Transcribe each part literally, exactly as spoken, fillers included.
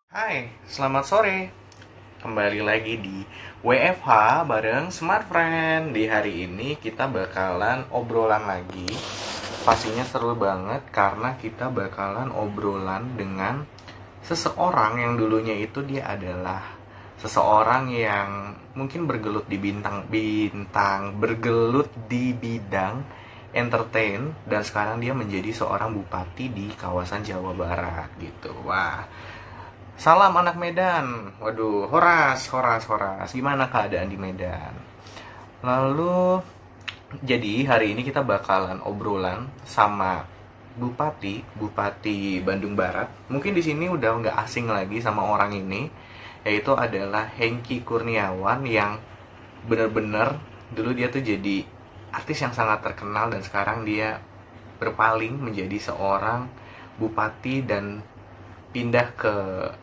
Hai, selamat sore. Kembali lagi di W F H bareng Smart Friend. Di hari ini kita bakalan obrolan lagi. Pastinya seru banget karena kita bakalan obrolan dengan seseorang yang dulunya itu dia adalah seseorang yang mungkin bergelut di bintang-bintang, bergelut di bidang entertain, dan sekarang dia menjadi seorang bupati di kawasan Jawa Barat gitu. Wah, salam anak Medan. Waduh, Horas, Horas, Horas. Gimana keadaan di Medan? Lalu, jadi hari ini kita bakalan obrolan sama Bupati, Bupati Bandung Barat. Mungkin di sini udah nggak asing lagi sama orang ini, yaitu adalah Hengky Kurniawan yang bener-bener dulu dia tuh jadi artis yang sangat terkenal dan sekarang dia berpaling menjadi seorang bupati dan pindah ke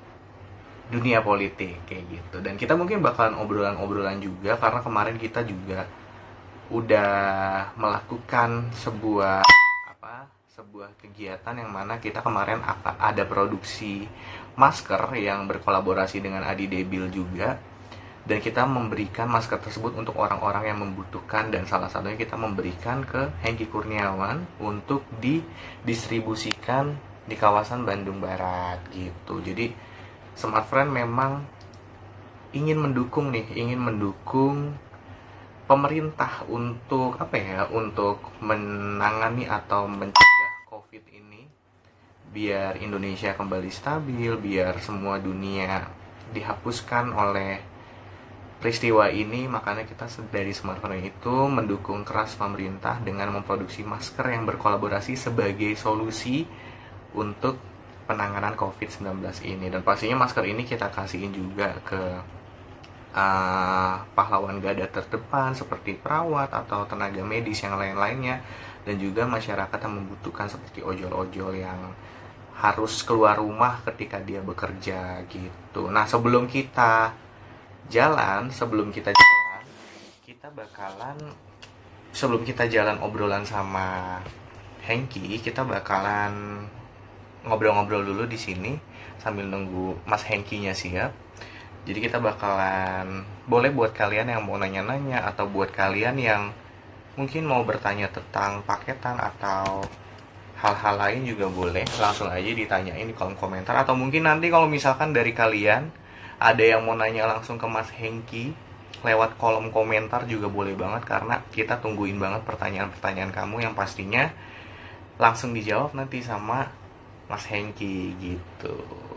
dunia politik kayak gitu. Dan kita mungkin bakalan obrolan-obrolan juga karena kemarin kita juga udah melakukan sebuah apa sebuah kegiatan yang mana kita kemarin ada produksi masker yang berkolaborasi dengan Adi Debil juga, dan kita memberikan masker tersebut untuk orang-orang yang membutuhkan, dan salah satunya kita memberikan ke Hengky Kurniawan untuk didistribusikan di kawasan Bandung Barat gitu. Jadi Smart Friend memang ingin mendukung nih, ingin mendukung pemerintah untuk apa ya, untuk menangani atau mencegah COVID ini, biar Indonesia kembali stabil, biar semua dunia dihapuskan oleh peristiwa ini. Makanya kita dari Smart Friend itu mendukung keras pemerintah dengan memproduksi masker yang berkolaborasi sebagai solusi untuk penanganan covid sembilan belas ini. Dan pastinya masker ini kita kasihin juga ke uh, pahlawan garda terdepan seperti perawat atau tenaga medis yang lain-lainnya, dan juga masyarakat yang membutuhkan seperti ojol-ojol yang harus keluar rumah ketika dia bekerja gitu. Nah, sebelum kita jalan, sebelum kita jalan, kita bakalan sebelum kita jalan obrolan sama Hengky, kita bakalan ngobrol-ngobrol dulu di sini sambil nunggu Mas Hengky-nya siap. Jadi kita bakalan, boleh buat kalian yang mau nanya-nanya atau buat kalian yang mungkin mau bertanya tentang paketan atau hal-hal lain juga boleh, langsung aja ditanyain di kolom komentar. Atau mungkin nanti kalau misalkan dari kalian ada yang mau nanya langsung ke Mas Hengky lewat kolom komentar juga boleh banget, karena kita tungguin banget pertanyaan-pertanyaan kamu yang pastinya langsung dijawab nanti sama Mas Hengky gitu.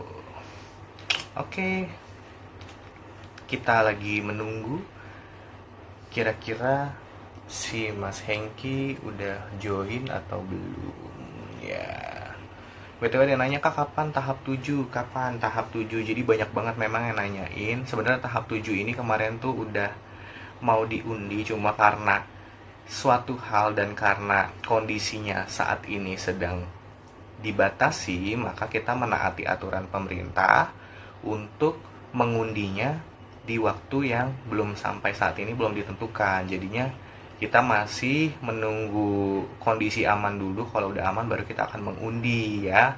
Oke, kita lagi menunggu kira-kira si Mas Hengky udah join atau belum ya. B T W dia nanya, Kak, kapan tahap tujuh? Kapan tahap tujuh? Jadi banyak banget memang yang nanyain. Sebenarnya tahap tujuh ini kemarin tuh udah mau diundi, cuma karena suatu hal dan karena kondisinya saat ini sedang dibatasi, maka kita menaati aturan pemerintah untuk mengundinya di waktu yang belum sampai saat ini belum ditentukan. Jadinya kita masih menunggu kondisi aman dulu. Kalau udah aman baru kita akan mengundi ya.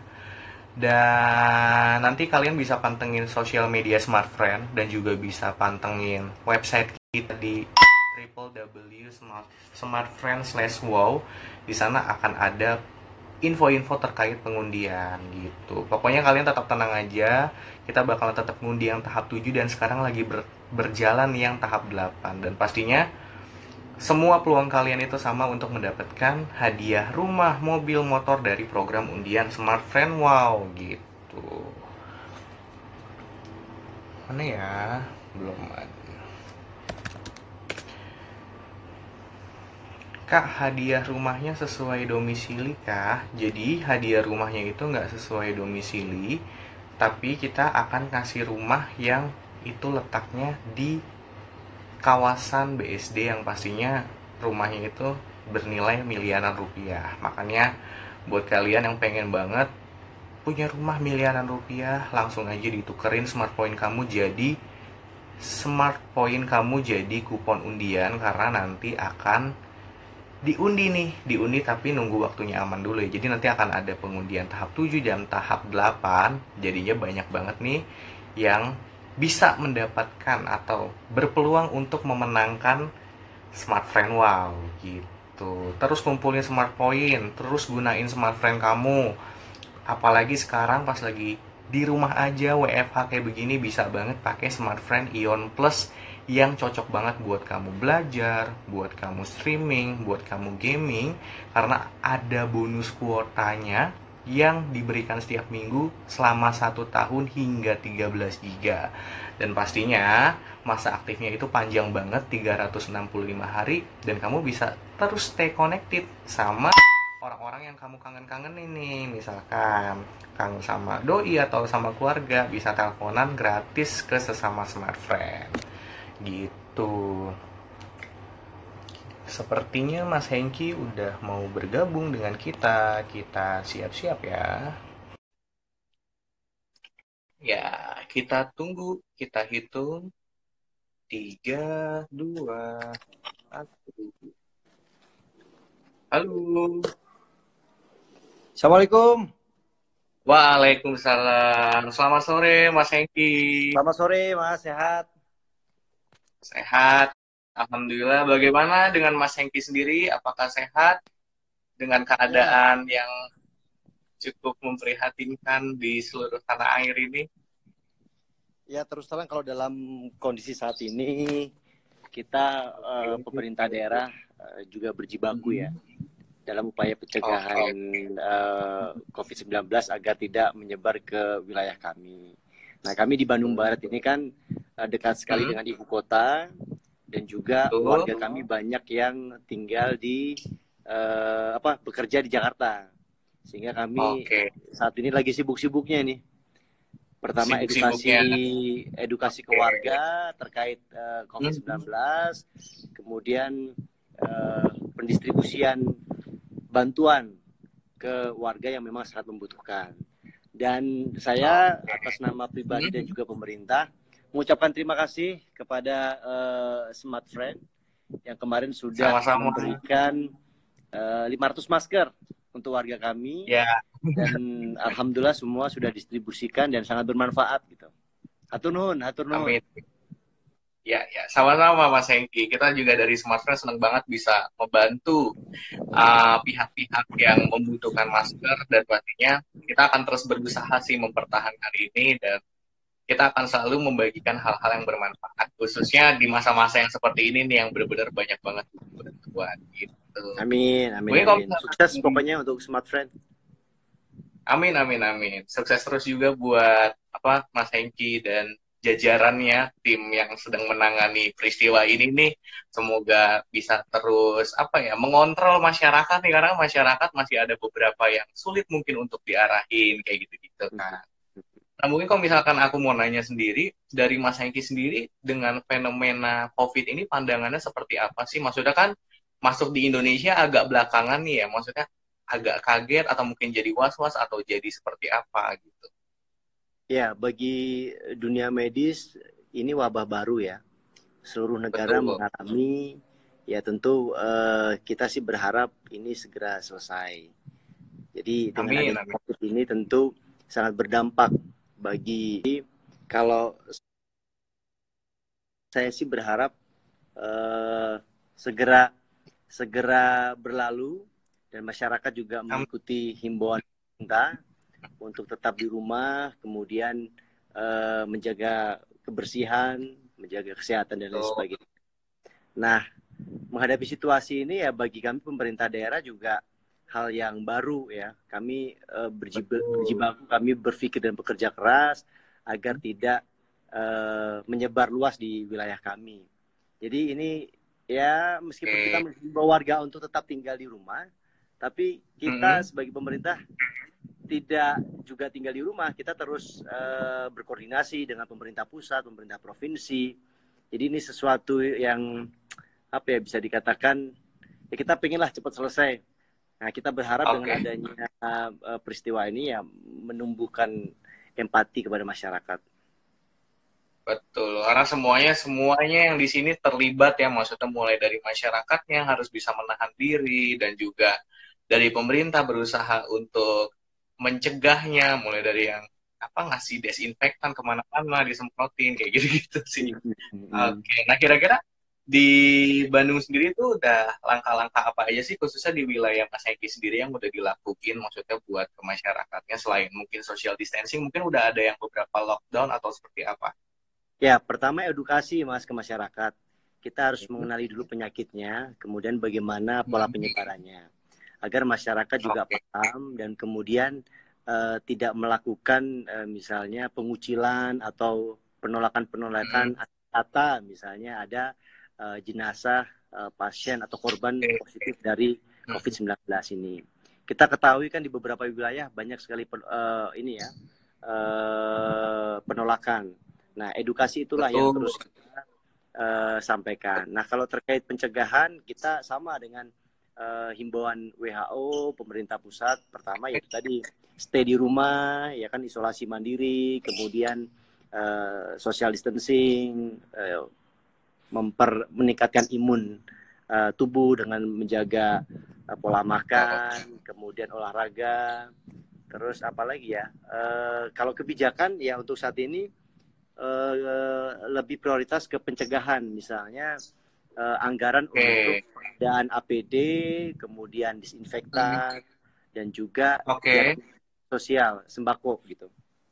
Dan nanti kalian bisa pantengin sosial media Smart Friend dan juga bisa pantengin website kita di w w w titik smartfriend slash wow. Di sana akan ada info-info terkait pengundian gitu. Pokoknya kalian tetap tenang aja. Kita bakal tetap mengundi yang tahap tujuh dan sekarang lagi ber, berjalan yang tahap delapan. Dan pastinya semua peluang kalian itu sama untuk mendapatkan hadiah rumah, mobil, motor dari program undian Smart Friend Wow gitu. Mana ya? Belum ada. Kak, hadiah rumahnya sesuai domisili kah? Jadi hadiah rumahnya itu nggak sesuai domisili, tapi kita akan kasih rumah yang itu letaknya di kawasan B S D yang pastinya rumahnya itu bernilai miliaran rupiah. Makanya buat kalian yang pengen banget punya rumah miliaran rupiah, langsung aja ditukerin smart point kamu jadi smart point kamu jadi kupon undian, karena nanti akan diundi nih, diundi tapi nunggu waktunya aman dulu ya. Jadi nanti akan ada pengundian tahap tujuh dan tahap delapan. Jadinya banyak banget nih yang bisa mendapatkan atau berpeluang untuk memenangkan Smart Friend Wow gitu. Terus kumpulin smart point, terus gunain smart friend kamu. Apalagi sekarang pas lagi di rumah aja W F H kayak begini bisa banget pakai Smart Friend Ion Plus yang cocok banget buat kamu belajar, buat kamu streaming, buat kamu gaming karena ada bonus kuotanya yang diberikan setiap minggu selama satu tahun hingga tiga belas giga. Dan pastinya masa aktifnya itu panjang banget tiga ratus enam puluh lima hari dan kamu bisa terus stay connected sama orang-orang yang kamu kangen-kangenin nih. Misalkan kangen sama doi atau sama keluarga, bisa teleponan gratis ke sesama smart friend gitu. Sepertinya Mas Hengki udah mau bergabung dengan kita. Kita siap-siap ya. Ya, kita tunggu. Kita hitung. Tiga, dua, satu. Halo. Assalamualaikum. Waalaikumsalam. Selamat sore, Mas Hengki. Selamat sore, Mas. Sehat? Sehat. Alhamdulillah. Bagaimana dengan Mas Hengki sendiri? Apakah sehat dengan keadaan ya, yang cukup memprihatinkan di seluruh tanah air ini? Ya, terus terang kalau dalam kondisi saat ini, kita uh, pemerintah daerah uh, juga berjibaku ya dalam upaya pencegahan uh, covid sembilan belas agar tidak menyebar ke wilayah kami. Nah, kami di Bandung Barat ini kan uh, dekat sekali hmm. dengan ibu kota dan juga Betul. warga kami banyak yang tinggal di uh, apa bekerja di Jakarta. Sehingga kami okay. saat ini lagi sibuk-sibuknya nih. Pertama edukasi edukasi ke warga terkait uh, covid sembilan belas, kemudian uh, pendistribusian bantuan ke warga yang memang sangat membutuhkan. Dan saya atas nama pribadi dan juga pemerintah mengucapkan terima kasih kepada uh, Smart Friend yang kemarin sudah Sama-sama. memberikan uh, lima ratus masker untuk warga kami. Ya. Dan alhamdulillah semua sudah distribusikan dan sangat bermanfaat gitu. Hatur nuhun, hatur nuhun. Amin. Ya, ya, sama-sama Mas Hengki. Kita juga dari Smart Friend senang banget bisa membantu uh, pihak-pihak yang membutuhkan masker dan pastinya kita akan terus berusaha sih mempertahankan ini dan kita akan selalu membagikan hal-hal yang bermanfaat khususnya di masa-masa yang seperti ini nih yang benar-benar banyak banget bantuan gitu. Amin, amin, amin. Sukses pokoknya untuk Smart Friend. Amin, amin, amin. Sukses terus juga buat apa Mas Hengki dan jajarannya, tim yang sedang menangani peristiwa ini nih. Semoga bisa terus apa ya mengontrol masyarakat nih karena masyarakat masih ada beberapa yang sulit mungkin untuk diarahin kayak gitu-gitu kan. Nah mungkin kalau misalkan aku mau nanya sendiri dari Mas Hengki sendiri dengan fenomena COVID ini pandangannya seperti apa sih? Maksudnya kan masuk di Indonesia agak belakangan nih ya, maksudnya agak kaget atau mungkin jadi was-was atau jadi seperti apa gitu. Ya, bagi dunia medis ini wabah baru ya. Seluruh negara Betul. mengalami, ya tentu uh, kita sih berharap ini segera selesai. Jadi dengan adanya COVID ini tentu sangat berdampak bagi, kalau saya sih berharap uh, segera segera berlalu dan masyarakat juga mengikuti himbauan pemerintah untuk tetap di rumah, kemudian uh, menjaga kebersihan, menjaga kesehatan dan lain sebagainya. Nah, menghadapi situasi ini ya bagi kami pemerintah daerah juga hal yang baru ya. Kami uh, berjibaku, kami berpikir dan bekerja keras agar tidak uh, menyebar luas di wilayah kami. Jadi ini ya meskipun kita mengimbau warga untuk tetap tinggal di rumah, tapi kita mm-hmm. sebagai pemerintah tidak juga tinggal di rumah, kita terus uh, berkoordinasi dengan pemerintah pusat, pemerintah provinsi. Jadi ini sesuatu yang apa ya bisa dikatakan ya kita pengenlah cepat selesai. Nah kita berharap okay. dengan adanya uh, peristiwa ini ya menumbuhkan empati kepada masyarakat. Betul, karena semuanya semuanya yang di sini terlibat ya, maksudnya mulai dari masyarakatnya harus bisa menahan diri dan juga dari pemerintah berusaha untuk mencegahnya, mulai dari yang apa ngasih desinfektan kemana-mana disemprotin kayak gitu-gitu sih. Hmm. Oke, nah kira-kira di Bandung sendiri tuh udah langkah-langkah apa aja sih khususnya di wilayah Mas Hengki sendiri yang udah dilakuin maksudnya buat ke masyarakatnya selain mungkin social distancing mungkin udah ada yang beberapa lockdown atau seperti apa? Ya, pertama edukasi Mas ke masyarakat. Kita harus mengenali dulu penyakitnya, kemudian bagaimana pola Hmm, penyebarannya. Agar masyarakat juga oke. paham dan kemudian eh, tidak melakukan eh, misalnya pengucilan atau Hmm, penolakan-penolakan kata misalnya ada eh, jenazah eh, pasien atau korban oke. positif dari covid Hmm, sembilan belas ini. Kita ketahui kan di beberapa wilayah banyak sekali eh, ini ya eh, penolakan. Nah, edukasi itulah yang betul. terus kita eh, sampaikan. Nah, kalau terkait pencegahan, kita sama dengan eh, himbauan W H O, pemerintah pusat. Pertama yaitu tadi stay di rumah, ya kan isolasi mandiri, kemudian eh, social distancing, eh, memper meningkatkan imun eh, tubuh dengan menjaga eh, pola makan, kemudian olahraga, terus apalagi ya? Eh, kalau kebijakan ya untuk saat ini eh, lebih prioritas ke pencegahan, misalnya eh, anggaran untuk Oke. pengadaan A P D, kemudian Hmm, disinfektan, dan juga oke. yang sosial sembako gitu.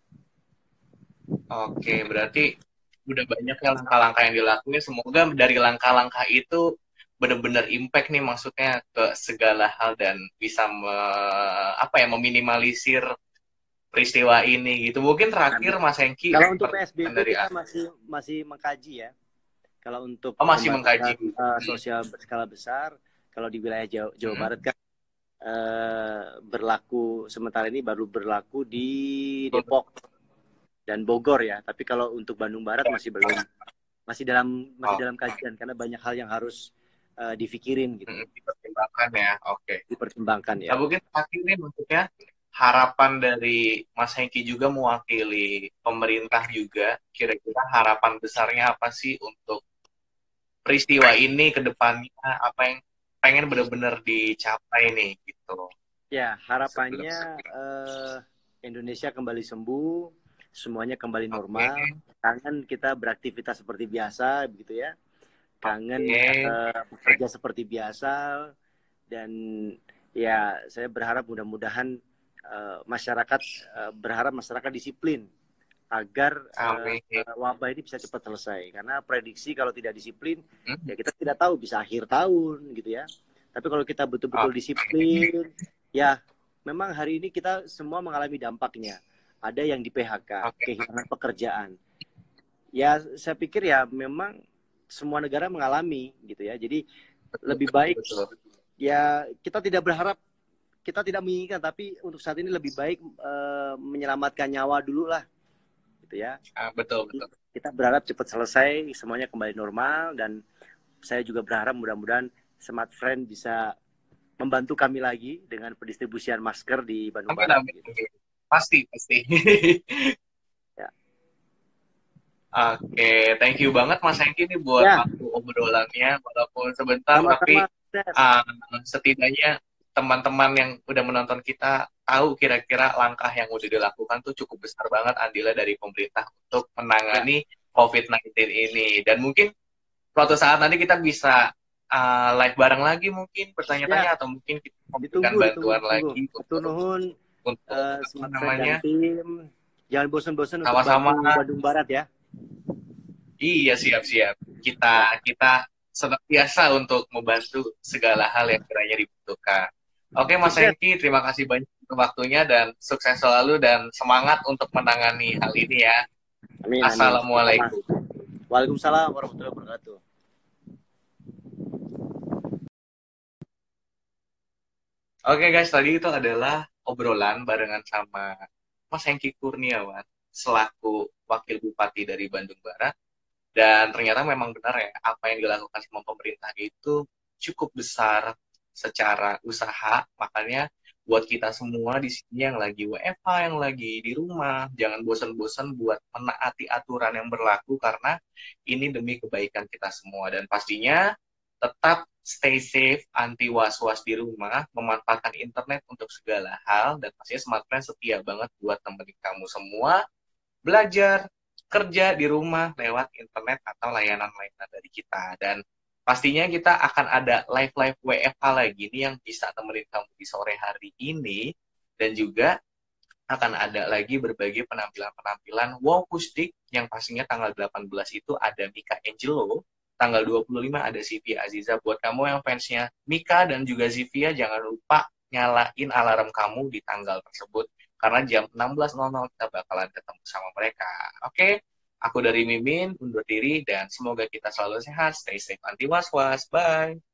Oke, berarti udah banyak ya langkah-langkah yang dilakuin. Semoga dari langkah-langkah itu benar-benar impact nih maksudnya ke segala hal dan bisa me, apa ya meminimalisir peristiwa ini gitu. Mungkin terakhir Amin. Mas Hengki Kalau untuk pertanyaan P S B B dari kita aku. masih masih mengkaji ya. Kalau untuk Oh, masih mengkaji. pembatasan uh, Hmm, sosial berskala besar, kalau di wilayah Jawa, Jawa hmm, Barat kan uh, berlaku sementara ini baru berlaku di betul. Depok dan Bogor ya. Tapi kalau untuk Bandung Barat masih belum, masih dalam masih Oh, dalam kajian karena banyak hal yang harus uh, difikirin hmm, gitu, dipertimbangkan ya. Oke. dipertimbangkan Nah, ya. mungkin terakhir nih maksudnya harapan dari Mas Hengki juga mewakili pemerintah juga, kira-kira harapan besarnya apa sih untuk peristiwa ini ke depannya, apa yang pengen benar-benar dicapai nih gitu Ya, sebelum harapannya eh, Indonesia kembali sembuh, semuanya kembali oke normal, kangen kita beraktivitas seperti biasa, begitu ya, kangen oke eh, bekerja seperti biasa, dan ya saya berharap mudah-mudahan eh, masyarakat eh, berharap masyarakat disiplin agar eh, amin. wabah ini bisa cepat selesai. Karena prediksi kalau tidak disiplin, Hmm, ya kita tidak tahu bisa akhir tahun gitu ya. Tapi kalau kita betul-betul oke disiplin, ya memang hari ini kita semua mengalami dampaknya. Ada yang di P H K, oke kehilangan pekerjaan. Ya saya pikir ya memang semua negara mengalami gitu ya. Jadi betul lebih betul baik betul. ya kita tidak berharap, kita tidak menginginkan, tapi untuk saat ini lebih baik eh, menyelamatkan nyawa dulu lah gitu ya. Ah, betul Jadi betul. kita berharap cepat selesai, semuanya kembali normal, dan saya juga berharap mudah-mudahan Smart Friend bisa membantu kami lagi dengan pendistribusian masker di Bandung Amin Barat amin. gitu. Pasti pasti. Ya. Oke, thank you banget Mas Hengki nih buat Ya, waktu obrolannya, walaupun sebentar, tapi sama-sama, Chef. uh, setidaknya teman-teman yang udah menonton kita tahu kira-kira langkah yang udah dilakukan tuh cukup besar banget andilnya dari pemerintah untuk Ya, menangani covid sembilan belas ini. Dan mungkin suatu saat nanti kita bisa uh, live bareng lagi mungkin ya, bertanya-tanya atau mungkin kita memberikan ditunggu, ditunggu, bantuan ditunggu. lagi Atur untuk nuhun, untuk eh, apa Smart Friend dan namanya tim. Jangan bosan-bosan untuk sama-sama. bantu Bandung Barat ya. Iya, siap-siap. Ya, Kita kita senantiasa untuk membantu segala hal yang kiranya dibutuhkan. Oke, Mas sukses. Hengki, terima kasih banyak untuk waktunya dan sukses selalu dan semangat untuk menangani hal ini ya. Amin, amin. Sama-sama. Assalamualaikum. Waalaikumsalam warahmatullahi wabarakatuh. Oke guys, tadi itu adalah obrolan barengan sama Mas Hengki Kurniawan selaku Wakil Bupati dari Bandung Barat. Dan ternyata memang benar ya, apa yang dilakukan sama pemerintah itu cukup besar secara usaha, makanya buat kita semua di sini yang lagi W F H, yang lagi di rumah, jangan bosan-bosan buat menaati aturan yang berlaku karena ini demi kebaikan kita semua. Dan pastinya tetap stay safe, anti was-was di rumah, memanfaatkan internet untuk segala hal, dan pastinya Smart Friend setia banget buat temenin kamu semua belajar, kerja di rumah lewat internet atau layanan-layanan dari kita. Dan pastinya kita akan ada live-live W F H lagi nih yang bisa temenin kamu di sore hari ini. Dan juga akan ada lagi berbagai penampilan-penampilan wow kustik yang pastinya tanggal delapan belas itu ada Mika Angelo, tanggal dua puluh lima ada Zivia Aziza. Buat kamu yang fansnya Mika dan juga Zivia, jangan lupa nyalain alarm kamu di tanggal tersebut karena jam enam belas nol nol kita bakalan ketemu sama mereka. Oke, aku dari Mimin undur diri dan semoga kita selalu sehat, stay safe, anti was-was, bye.